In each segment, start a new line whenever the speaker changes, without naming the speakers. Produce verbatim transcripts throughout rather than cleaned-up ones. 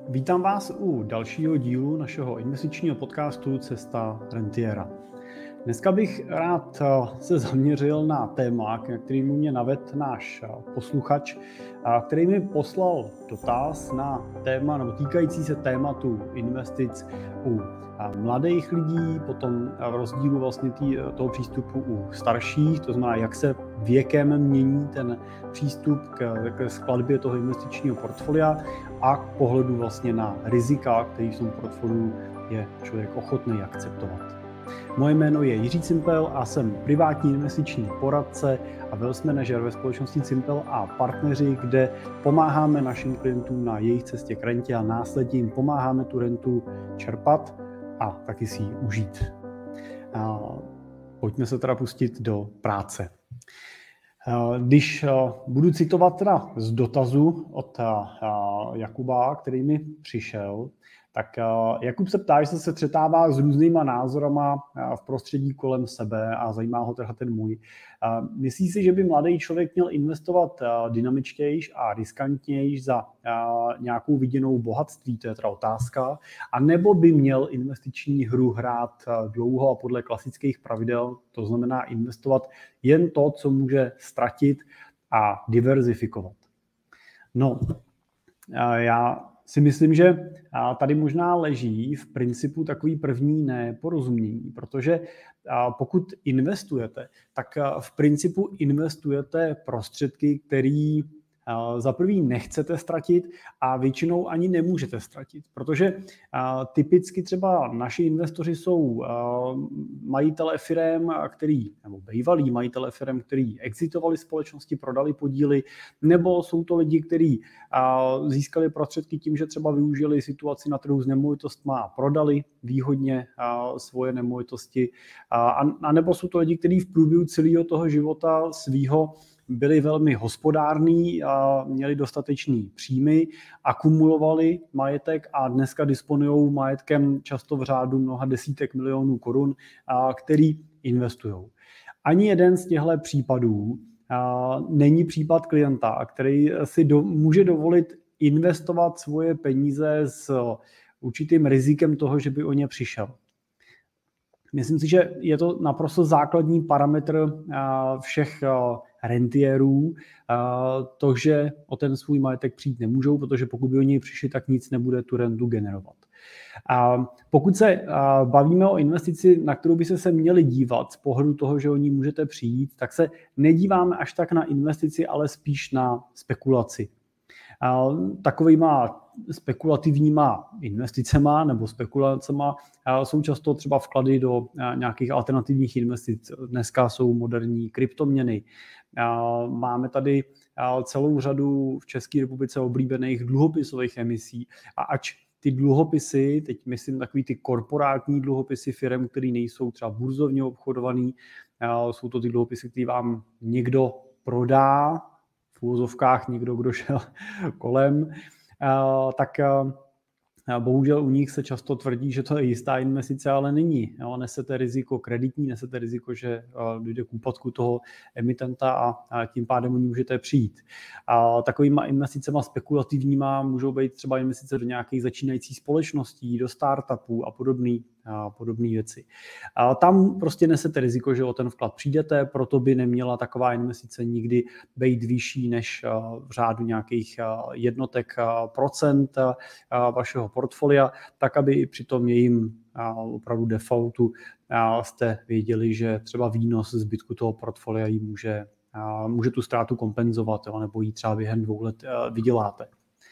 Vítám vás u dalšího dílu našeho investičního podcastu Cesta rentiera. Dneska bych rád se zaměřil na téma, na kterému mě navedl náš posluchač, který mi poslal dotaz na téma, nebo týkající se tématu investic u mladých lidí, potom v rozdílu vlastně tý, toho přístupu u starších, to znamená, jak se věkem mění ten přístup k, k skladbě toho investičního portfolia a k pohledu vlastně na rizika, který v tom portfoliu je člověk ochotný akceptovat. Moje jméno je Jiří Cimpel a jsem privátní investiční poradce a wealth manager ve společnosti Cimpel a partneři, kde pomáháme našim klientům na jejich cestě k rentě a následně jim pomáháme tu rentu čerpat a taky si ji užít. A pojďme se teda pustit do práce. Když budu citovat teda z dotazu od Jakuba, který mi přišel, tak Jakub se ptá, že se střetává s různýma názorama v prostředí kolem sebe a zajímá ho teda ten můj. Myslí si, že by mladý člověk měl investovat dynamičtějš a riskantnějš za nějakou viděnou bohatství, to je teda otázka, a nebo by měl investiční hru hrát dlouho a podle klasických pravidel, to znamená investovat jen to, co může ztratit a diverzifikovat. No, já si myslím, že tady možná leží v principu takový první neporozumění, protože pokud investujete, tak v principu investujete prostředky, které za prvý nechcete ztratit a většinou ani nemůžete ztratit, protože typicky třeba naši investoři jsou majitele firem, který, nebo bývalí majitele firem, který exitovali společnosti, prodali podíly, nebo jsou to lidi, kteří získali prostředky tím, že třeba využili situaci na trhu s nemovitostmi a prodali výhodně svoje nemovitosti, a nebo jsou to lidi, kteří v průběhu celého toho života svýho byli velmi hospodární a měli dostatečný příjmy, akumulovali majetek a dneska disponují majetkem často v řádu mnoha desítek milionů korun, který investují. Ani jeden z těchto případů není případ klienta, který si do, může dovolit investovat svoje peníze s určitým rizikem toho, že by o ně přišel. Myslím si, že je to naprosto základní parametr všech rentiérů, to, že o ten svůj majetek přijít nemůžou, protože pokud by o něj přišli, tak nic nebude tu rentu generovat. Pokud se bavíme o investici, na kterou by se se měli dívat z pohledu toho, že o ní můžete přijít, tak se nedíváme až tak na investici, ale spíš na spekulaci. Takovýma spekulativníma investicema nebo spekulacema jsou často třeba vklady do nějakých alternativních investic. Dneska jsou moderní kryptoměny. Máme tady celou řadu v České republice oblíbených dluhopisových emisí a ač ty dluhopisy, teď myslím takový ty korporátní dluhopisy firem, které nejsou třeba burzovně obchodovaný, jsou to ty dluhopisy, které vám někdo prodá, v úvozovkách někdo, kdo šel kolem, tak bohužel u nich se často tvrdí, že to je jistá investice, ale není. Jo, nesete riziko kreditní, nesete riziko, že dojde k úpadku toho emitenta a tím pádem o ní můžete přijít. A takovýma investicema spekulativníma můžou být třeba investice do nějakých začínajících společností, do startupů a podobný, a podobné věci. A tam prostě nesete riziko, že o ten vklad přijdete, proto by neměla taková investice nikdy být vyšší než v řádu nějakých jednotek procent vašeho portfolia, tak aby i při tom jejím opravdu defaultu jste věděli, že třeba výnos zbytku toho portfolia jí může, může tu ztrátu kompenzovat, nebo ji třeba během dvou let vyděláte.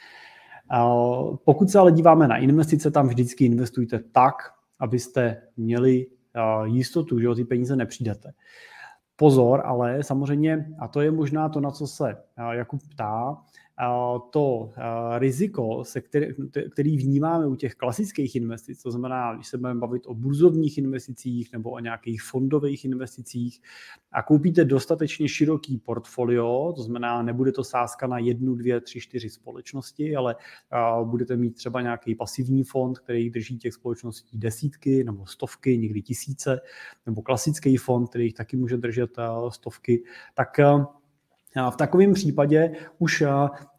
Pokud se ale díváme na investice, tam vždycky investujte tak, abyste měli jistotu, že o ty peníze nepřijdete. Pozor, ale samozřejmě, a to je možná to, na co se Jakub ptá, to riziko, se který, který vnímáme u těch klasických investic, to znamená, když se budeme bavit o burzovních investicích nebo o nějakých fondových investicích a koupíte dostatečně široký portfolio, to znamená, nebude to sázka na jednu, dvě, tři, čtyři společnosti, ale budete mít třeba nějaký pasivní fond, který drží těch společností desítky nebo stovky, někdy tisíce, nebo klasický fond, který jich taky může držet stovky, tak v takovém případě už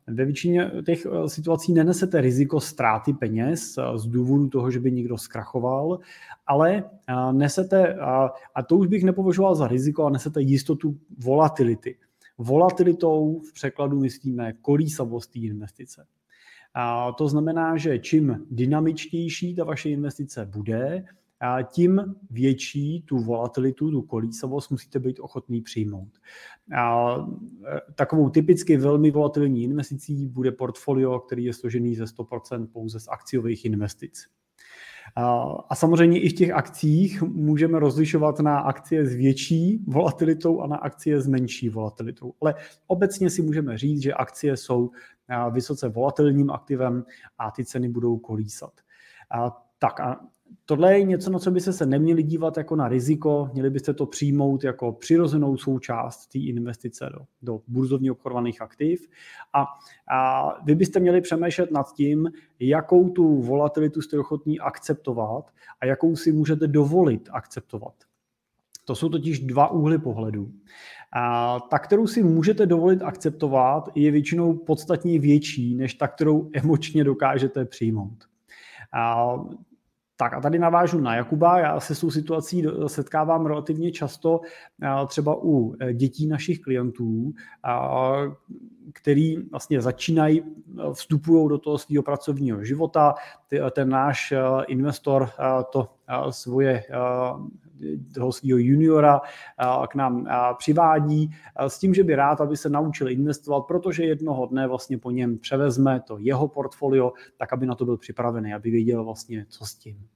ve většině těch situací nenesete riziko ztráty peněz z důvodu toho, že by někdo zkrachoval, ale nesete, a to už bych nepovažoval za riziko, a nesete jistotu volatility. Volatilitou v překladu myslíme kolísavost té investice. A to znamená, že čím dynamičtější ta vaše investice bude, tím větší tu volatilitu, tu kolísavost musíte být ochotný přijmout. A takovou typicky velmi volatilní investicí bude portfolio, který je složený ze sto procent pouze z akciových investic. A samozřejmě i v těch akcích můžeme rozlišovat na akcie s větší volatilitou a na akcie s menší volatilitou. Ale obecně si můžeme říct, že akcie jsou vysoce volatilním aktivem a ty ceny budou kolísat. A tak a tohle je něco, na co byste se neměli dívat jako na riziko, měli byste to přijmout jako přirozenou součást té investice do, do burzovně obchodovaných aktiv a, a vy byste měli přemýšlet nad tím, jakou tu volatilitu jste ochotní akceptovat a jakou si můžete dovolit akceptovat. To jsou totiž dva úhly pohledu. A ta, kterou si můžete dovolit akceptovat, je většinou podstatně větší, než ta, kterou emočně dokážete přijmout. A Tak a tady navážu na Jakuba. Já se s tou situací setkávám relativně často třeba u dětí našich klientů, který vlastně začínají, vstupují do toho svého pracovního života. Ten náš investor to svoje toho svého juniora k nám přivádí s tím, že by rád, aby se naučil investovat, protože jednoho dne vlastně po něm převezme to jeho portfolio, tak aby na to byl připravený, aby věděl vlastně, co s tím.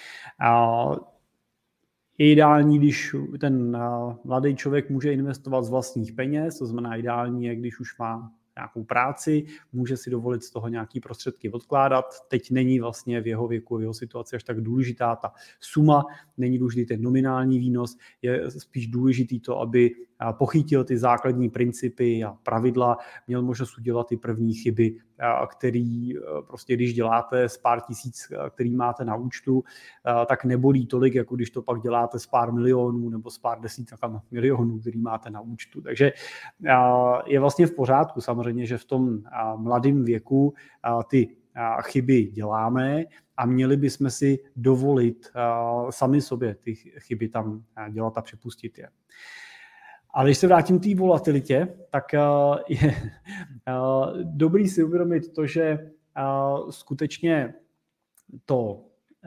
Je ideální, když ten mladý člověk může investovat z vlastních peněz, to znamená ideální je, když už má nějakou práci, může si dovolit z toho nějaký prostředky odkládat. Teď není vlastně v jeho věku, v jeho situaci až tak důležitá ta suma, není důležitý ten nominální výnos, je spíš důležitý to, aby pochytil ty základní principy a pravidla, měl možnost udělat ty první chyby, který prostě když děláte s pár tisíc, který máte na účtu, tak nebolí tolik, jako když to pak děláte s pár milionů nebo s pár desítkami milionů, který máte na účtu. Takže je vlastně v pořádku samozřejmě, že v tom mladém věku ty chyby děláme a měli bychom si dovolit sami sobě ty chyby tam dělat a připustit je. Ale když se vrátím k té volatilitě, tak je dobrý si uvědomit to, že skutečně to,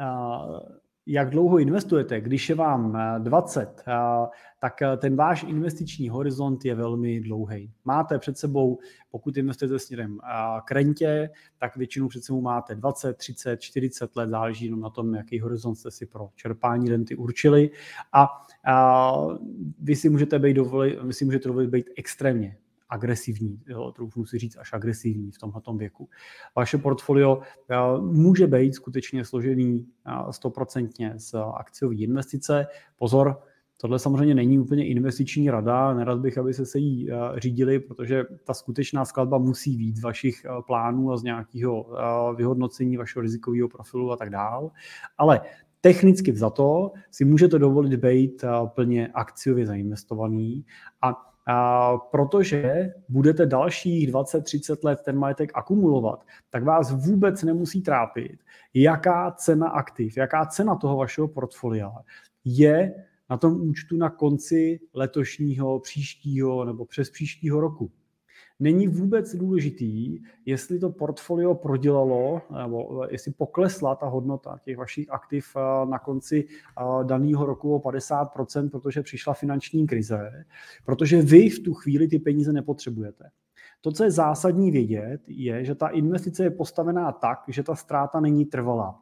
jak dlouho investujete, když je vám dvacet, tak ten váš investiční horizont je velmi dlouhý. Máte před sebou, pokud investujete směrem k rentě, tak většinou před sebou máte dvacet, třicet, čtyřicet let, záleží jenom na tom, jaký horizont jste si pro čerpání renty určili. A, a vy si můžete být dovolit, vy si můžete dovolit být extrémně agresivní, troufnu si říct až agresivní v tomhletom věku. Vaše portfolio může být skutečně složený sto procent z akciové investice. Pozor, tohle samozřejmě není úplně investiční rada, nerad bych, aby se se jí řídili, protože ta skutečná skladba musí být z vašich plánů a z nějakého vyhodnocení vašeho rizikového profilu a tak dál. Ale technicky vzato si můžete dovolit být plně akciově zainvestovaný a A protože budete dalších dvacet třicet let ten majetek akumulovat, tak vás vůbec nemusí trápit, jaká cena aktiv, jaká cena toho vašeho portfolia je na tom účtu na konci letošního, příštího nebo přes příštího roku. Není vůbec důležitý, jestli to portfolio prodělalo, nebo jestli poklesla ta hodnota těch vašich aktiv na konci daného roku o padesát procent, protože přišla finanční krize, protože vy v tu chvíli ty peníze nepotřebujete. To, co je zásadní vědět, je, že ta investice je postavená tak, že ta ztráta není trvalá.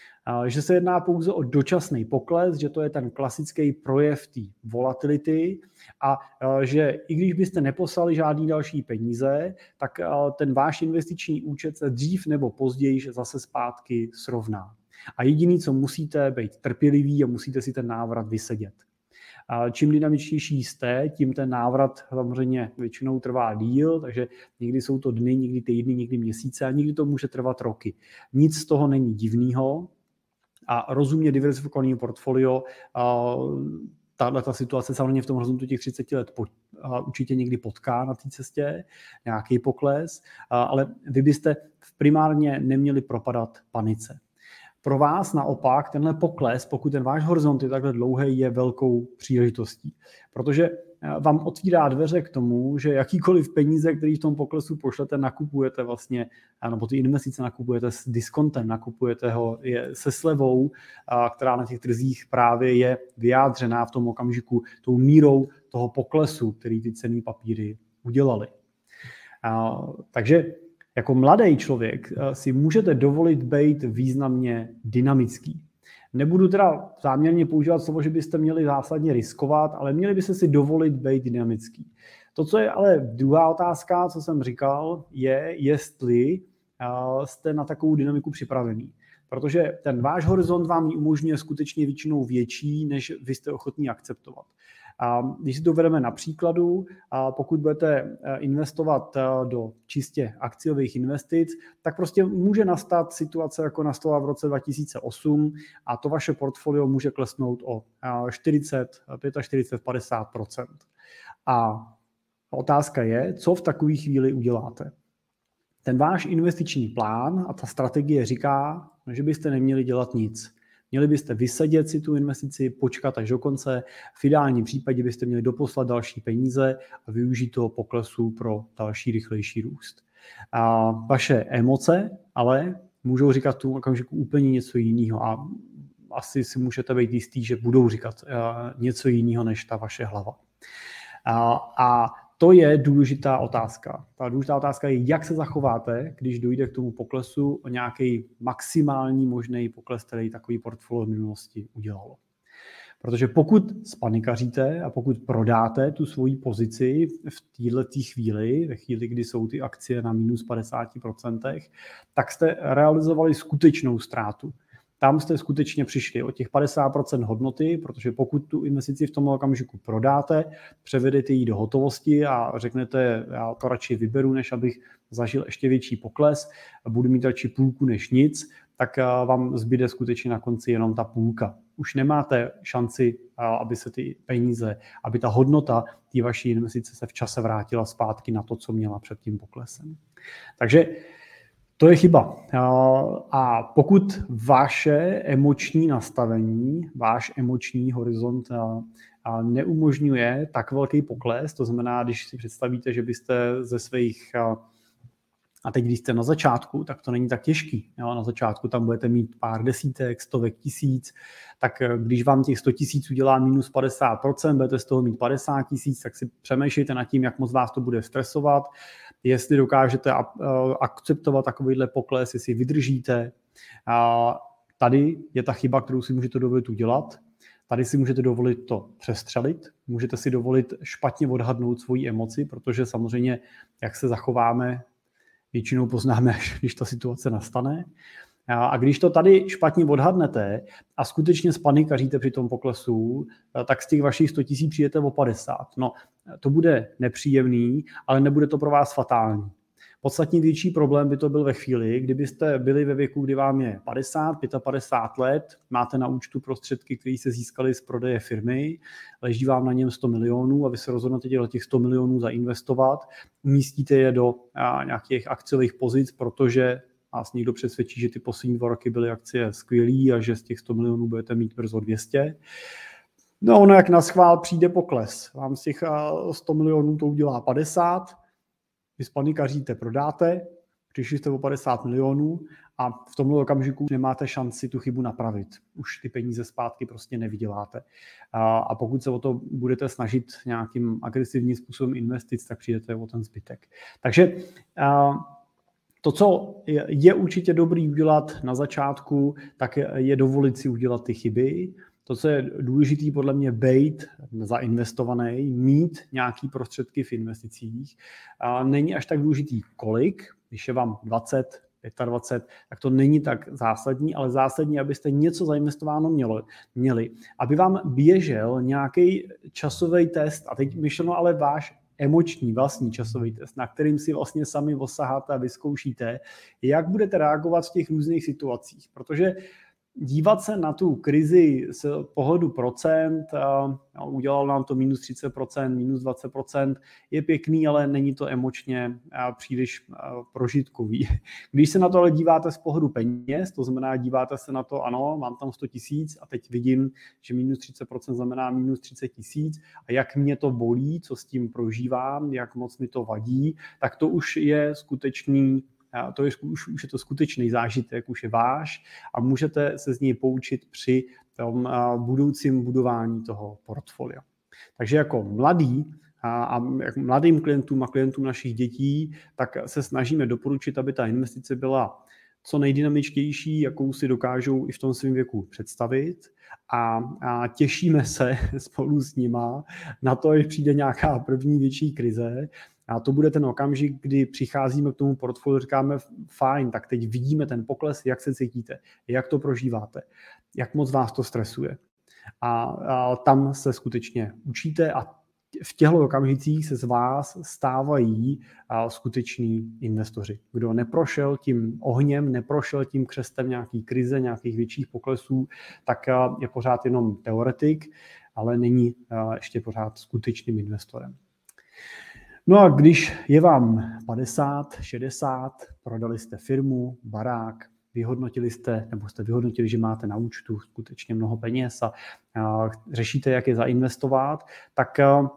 Že se jedná pouze o dočasný pokles, že to je ten klasický projev té volatility a že i když byste neposlali žádný další peníze, tak ten váš investiční účet se dřív nebo později zase zpátky srovná. A jediný, co musíte, být trpělivý a musíte si ten návrat vysedět. Čím dynamičtější jste, tím ten návrat samozřejmě většinou trvá díl, takže někdy jsou to dny, někdy týdny, někdy měsíce a někdy to může trvat roky. Nic z toho není divného. A rozumně diversifikovaný portfolio tahle ta situace samozřejmě v tom horizontu těch třicet let po, určitě někdy potká na té cestě, nějaký pokles, ale vy byste primárně neměli propadat panice. Pro vás naopak tenhle pokles, pokud ten váš horizont je takhle dlouhý, je velkou příležitostí, protože vám otvírá dveře k tomu, že jakýkoliv peníze, který v tom poklesu pošlete, nakupujete vlastně, nebo ty investice nakupujete s diskontem, nakupujete ho je se slevou, která na těch trzích právě je vyjádřená v tom okamžiku tou mírou toho poklesu, který ty cenné papíry udělaly. Takže jako mladý člověk si můžete dovolit být významně dynamický. Nebudu teda záměrně používat slovo, že byste měli zásadně riskovat, ale měli byste si dovolit být dynamický. To, co je ale druhá otázka, co jsem říkal, je, jestli jste na takovou dynamiku připravený. Protože ten váš horizont vám ji umožňuje skutečně většinou větší, než vy jste ochotní akceptovat. A když si to vedeme na příkladu, a pokud budete investovat do čistě akciových investic, tak prostě může nastat situace, jako nastala v roce dva tisíce osm a to vaše portfolio může klesnout o čtyřicet, čtyřicet pět, padesát procent. A otázka je, co v takové chvíli uděláte. Ten váš investiční plán a ta strategie říká, že byste neměli dělat nic. Měli byste vysedět si tu investici, počkat až do konce. V ideálním případě byste měli doposlat další peníze a využít toho poklesu pro další rychlejší růst. A vaše emoce ale můžou říkat tu okamžiku úplně něco jiného a asi si můžete být jistý, že budou říkat něco jiného než ta vaše hlava. A, a to je důležitá otázka. Ta důležitá otázka je, jak se zachováte, když dojde k tomu poklesu o nějaký maximální možný pokles, který takový portfolio v minulosti udělalo. Protože pokud spanikaříte a pokud prodáte tu svoji pozici v této chvíli, ve chvíli, kdy jsou ty akcie na minus padesát procent, tak jste realizovali skutečnou ztrátu. Tam jste skutečně přišli o těch padesát procent hodnoty, protože pokud tu investici v tomto okamžiku prodáte, převedete ji do hotovosti a řeknete, já to radši vyberu, než abych zažil ještě větší pokles, budu mít radši půlku než nic, tak vám zbyde skutečně na konci jenom ta půlka. Už nemáte šanci, aby se ty peníze, aby ta hodnota té vaší investice se v čase vrátila zpátky na to, co měla před tím poklesem. Takže to je chyba. A pokud vaše emoční nastavení, váš emoční horizont neumožňuje tak velký pokles, to znamená, když si představíte, že byste ze svých, a teď když jste na začátku, tak to není tak těžký. Jo? Na začátku tam budete mít pár desítek, stovek tisíc, tak když vám těch sto tisíc udělá minus padesát procent, budete z toho mít padesát tisíc, tak si přemýšlejte nad tím, jak moc vás to bude stresovat, jestli dokážete akceptovat takovýhle pokles, jestli vydržíte. Tady je ta chyba, kterou si můžete dovolit udělat. Tady si můžete dovolit to přestřelit, můžete si dovolit špatně odhadnout svoji emoci, protože samozřejmě, jak se zachováme, většinou poznáme, až když ta situace nastane. A když to tady špatně odhadnete a skutečně spanikaříte při tom poklesu, tak z těch vašich sto tisíc přijete o padesát. No, to bude nepříjemný, ale nebude to pro vás fatální. Podstatně větší problém by to byl ve chvíli, kdybyste byli ve věku, kdy vám je padesát, padesát pět let, máte na účtu prostředky, které se získaly z prodeje firmy, leží vám na něm sto milionů a vy se rozhodnete dělat těch sto milionů zainvestovat, umístíte je do a, nějakých akciových pozic, protože vás někdo přesvědčí, že ty poslední dva roky byly akcie skvělý a že z těch sto milionů budete mít brzo dvě stě. No ono jak na schvál přijde pokles. Vám z těch sto milionů to udělá padesát, vy spanikaříte, prodáte, přišli jste o padesát milionů a v tomhle okamžiku nemáte šanci tu chybu napravit. Už ty peníze zpátky prostě nevyděláte. A pokud se o to budete snažit nějakým agresivním způsobem investic, tak přijdete o ten zbytek. Takže to, co je určitě dobrý udělat na začátku, tak je dovolit si udělat ty chyby. To, co je důležitý podle mě, být zainvestovaný, mít nějaký prostředky v investicích. Není až tak důležitý kolik, když je vám dvacet, dvacet pět, tak to není tak zásadní, ale zásadní, abyste něco zainvestováno měli, měli, aby vám běžel nějaký časový test, a teď myšleno ale váš emoční vlastní časový test, na kterým si vlastně sami osaháte a vyzkoušíte, jak budete reagovat v těch různých situacích, protože dívat se na tu krizi z pohledu procent, udělal nám to minus třicet procent, minus dvacet procent, je pěkný, ale není to emočně příliš prožitkový. Když se na to ale díváte z pohledu peněz, to znamená, díváte se na to, ano, mám tam sto tisíc a teď vidím, že minus třicet procent znamená minus třicet tisíc a jak mě to bolí, co s tím prožívám, jak moc mi to vadí, tak to už je skutečný To je, už, už je to skutečný zážitek, už je váš a můžete se z něj poučit při tom budoucím budování toho portfolia. Takže jako mladý a, a jako mladým klientům a klientům našich dětí, tak se snažíme doporučit, aby ta investice byla co nejdynamičtější, jakou si dokážou i v tom svém věku představit. A, a těšíme se spolu s nima na to, že přijde nějaká první větší krize. A to bude ten okamžik, kdy přicházíme k tomu portfoliu, říkáme fajn, tak teď vidíme ten pokles, jak se cítíte, jak to prožíváte, jak moc vás to stresuje. A, a tam se skutečně učíte a v těchto okamžicích se z vás stávají skuteční investoři. Kdo neprošel tím ohněm, neprošel tím křestem nějaký krize, nějakých větších poklesů, tak je pořád jenom teoretik, ale není ještě pořád skutečným investorem. No a když je vám padesát, šedesát, prodali jste firmu, barák, vyhodnotili jste, nebo jste vyhodnotili, že máte na účtu skutečně mnoho peněz a, a řešíte, jak je zainvestovat, tak a,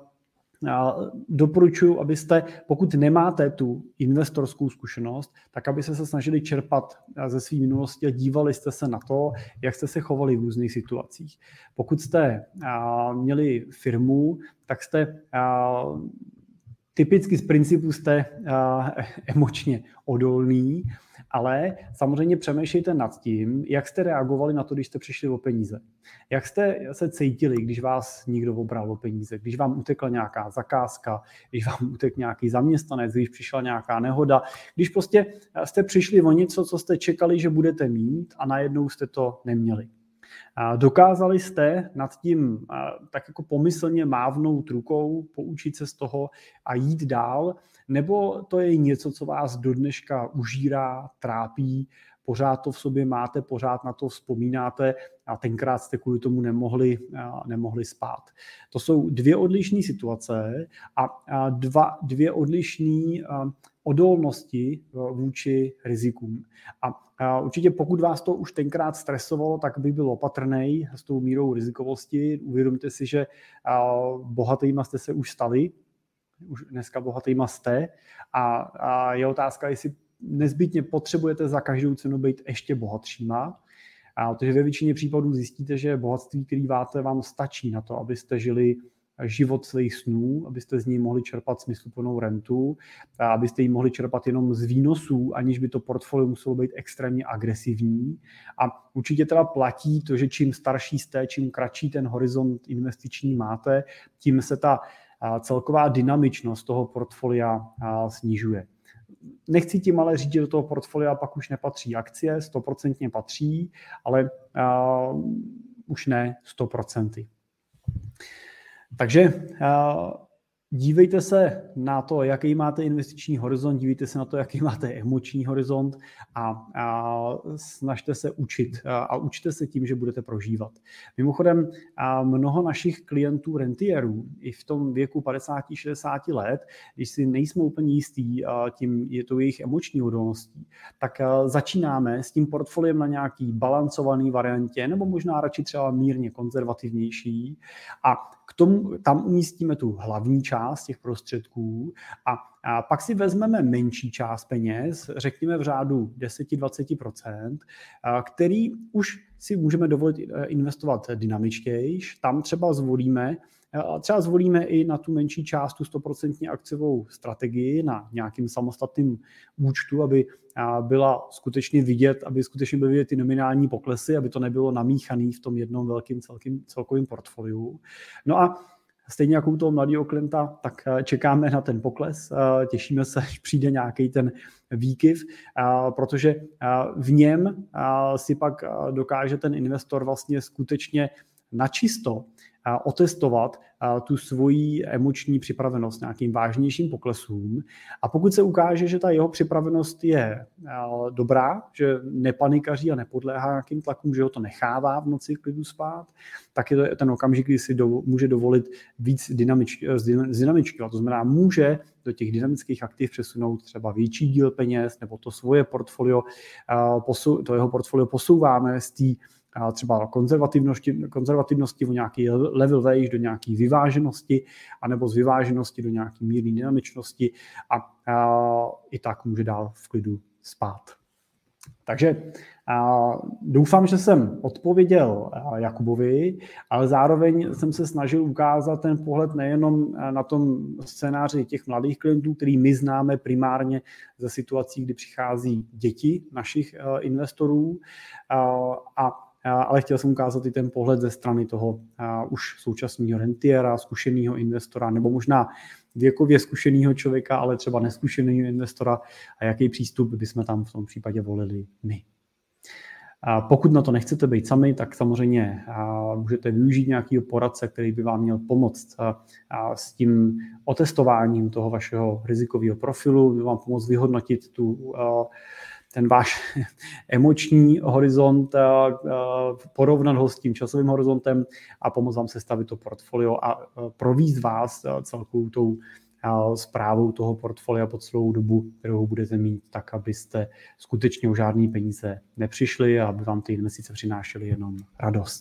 a doporučuji, abyste, pokud nemáte tu investorskou zkušenost, tak abyste se snažili čerpat ze své minulosti a dívali jste se na to, jak jste se chovali v různých situacích. Pokud jste a, měli firmu, tak jste a, typicky z principu jste uh, emočně odolný, ale samozřejmě přemýšlejte nad tím, jak jste reagovali na to, když jste přišli o peníze. Jak jste se cítili, když vás někdo obral o peníze, když vám utekla nějaká zakázka, když vám utekl nějaký zaměstnanec, když přišla nějaká nehoda, když prostě jste přišli o něco, co jste čekali, že budete mít a najednou jste to neměli. Dokázali jste nad tím tak jako pomyslně mávnout rukou, poučit se z toho a jít dál, nebo to je něco, co vás do dneška užírá, trápí, pořád to v sobě máte, pořád na to vzpomínáte a tenkrát jste kvůli tomu nemohli, nemohli spát. To jsou dvě odlišné situace a dva, dvě odlišné odolnosti vůči rizikům. A určitě pokud vás to už tenkrát stresovalo, tak by byl opatrnej s tou mírou rizikovosti. Uvědomte si, že bohatýma jste se už stali, už dneska bohatýma jste a, a je otázka, jestli nezbytně potřebujete za každou cenu být ještě bohatšíma. A protože ve většině případů zjistíte, že bohatství, který máte, vám stačí na to, abyste žili život svých snů, abyste z ní mohli čerpat smysluplnou rentu, a abyste ji mohli čerpat jenom z výnosů, aniž by to portfolio muselo být extrémně agresivní. A určitě teda platí to, že čím starší jste, čím kratší ten horizont investiční máte, tím se ta celková dynamičnost toho portfolia snižuje. Nechci tím ale říct, že do toho portfolia pak už nepatří akcie, stoprocentně patří, ale uh, už ne sto procent. Takže uh, dívejte se na to, jaký máte investiční horizont, dívejte se na to, jaký máte emoční horizont a, a snažte se učit a, a učte se tím, že budete prožívat. Mimochodem, a mnoho našich klientů rentierů i v tom věku padesát šedesát let, když si nejsme úplně jistí a tím je to jejich emoční odolností, tak a, začínáme s tím portfoliem na nějaký balancovaný variantě nebo možná radši třeba mírně konzervativnější a k tomu, tam umístíme tu hlavní část těch prostředků a, a pak si vezmeme menší část peněz, řekněme v řádu deset až dvacet procent, který už si můžeme dovolit investovat dynamičtějš. Tam třeba zvolíme, třeba zvolíme i na tu menší část tu stoprocentně akciovou strategii na nějakým samostatným účtu, aby byla skutečně vidět, aby skutečně byly vidět ty nominální poklesy, aby to nebylo namíchané v tom jednom velkým celkým, celkovým portfoliu. No a stejně jako u toho mladého klienta, tak čekáme na ten pokles, těšíme se, až přijde nějaký ten výkyv, protože v něm si pak dokáže ten investor vlastně skutečně načisto otestovat tu svoji emoční připravenost nějakým vážnějším poklesům. A pokud se ukáže, že ta jeho připravenost je dobrá, že nepanikaří a nepodléhá nějakým tlakům, že ho to nechává v noci klidu spát, tak je to ten okamžik, kdy si do, může dovolit víc dynamič, dynamičky. To znamená, může do těch dynamických aktiv přesunout třeba větší díl peněz, nebo to svoje portfolio, to jeho portfolio posouváme z té třeba konzervativnosti, konzervativnosti o nějaký level vejš do nějaké vyváženosti, anebo z vyváženosti do nějaké mírné dynamičnosti a, a i tak může dál v klidu spát. Takže a doufám, že jsem odpověděl Jakubovi, ale zároveň jsem se snažil ukázat ten pohled nejenom na tom scénáři těch mladých klientů, který my známe primárně ze situací, kdy přichází děti našich investorů, a ale chtěl jsem ukázat i ten pohled ze strany toho uh, už současného rentiera, zkušeného investora, nebo možná věkově zkušeného člověka, ale třeba neskušeného investora, a jaký přístup bychom tam v tom případě volili my. Uh, pokud na to nechcete být sami, tak samozřejmě uh, můžete využít nějakého poradce, který by vám měl pomoct uh, uh, s tím otestováním toho vašeho rizikového profilu, by vám pomoct vyhodnotit tu uh, ten váš emoční horizont, porovnat ho s tím časovým horizontem a pomoct vám sestavit to portfolio a provízt vás celkovou tou správou toho portfolia po celou dobu, kterou budete mít, tak abyste skutečně o žádný peníze nepřišli a aby vám ty investice přinášely jenom radost.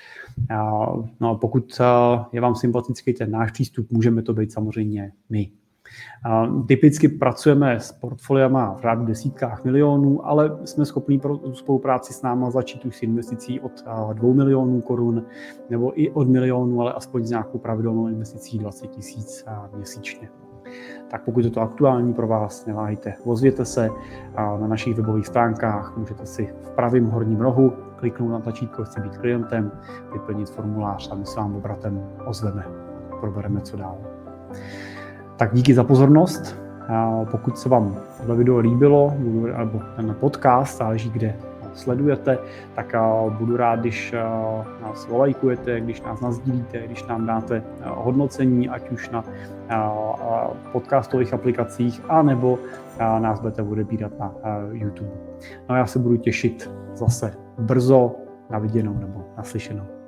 No a pokud je vám sympatický ten náš přístup, můžeme to být samozřejmě my. Typicky pracujeme s portfoliama v řádu desítkách milionů, ale jsme schopni pro spolupráci s náma začít už s investicí od dvou milionů korun nebo i od milionu, ale aspoň s nějakou pravidelnou investicí dvacet tisíc měsíčně. Tak pokud je to aktuální pro vás, neváhejte, ozvěte se na našich webových stránkách, můžete si v pravém horním rohu kliknout na tlačítko Chci být klientem, vyplnit formulář a my se vám obratem ozveme. Probereme, co dál. Tak díky za pozornost. Pokud se vám tohle video líbilo, nebo ten podcast, záleží, kde sledujete, tak budu rád, když nás volajkujete, když nás nasdílíte, když nám dáte hodnocení, ať už na podcastových aplikacích, anebo nás budete odebírat na YouTube. No já se budu těšit zase brzo, na viděnou nebo naslyšenou.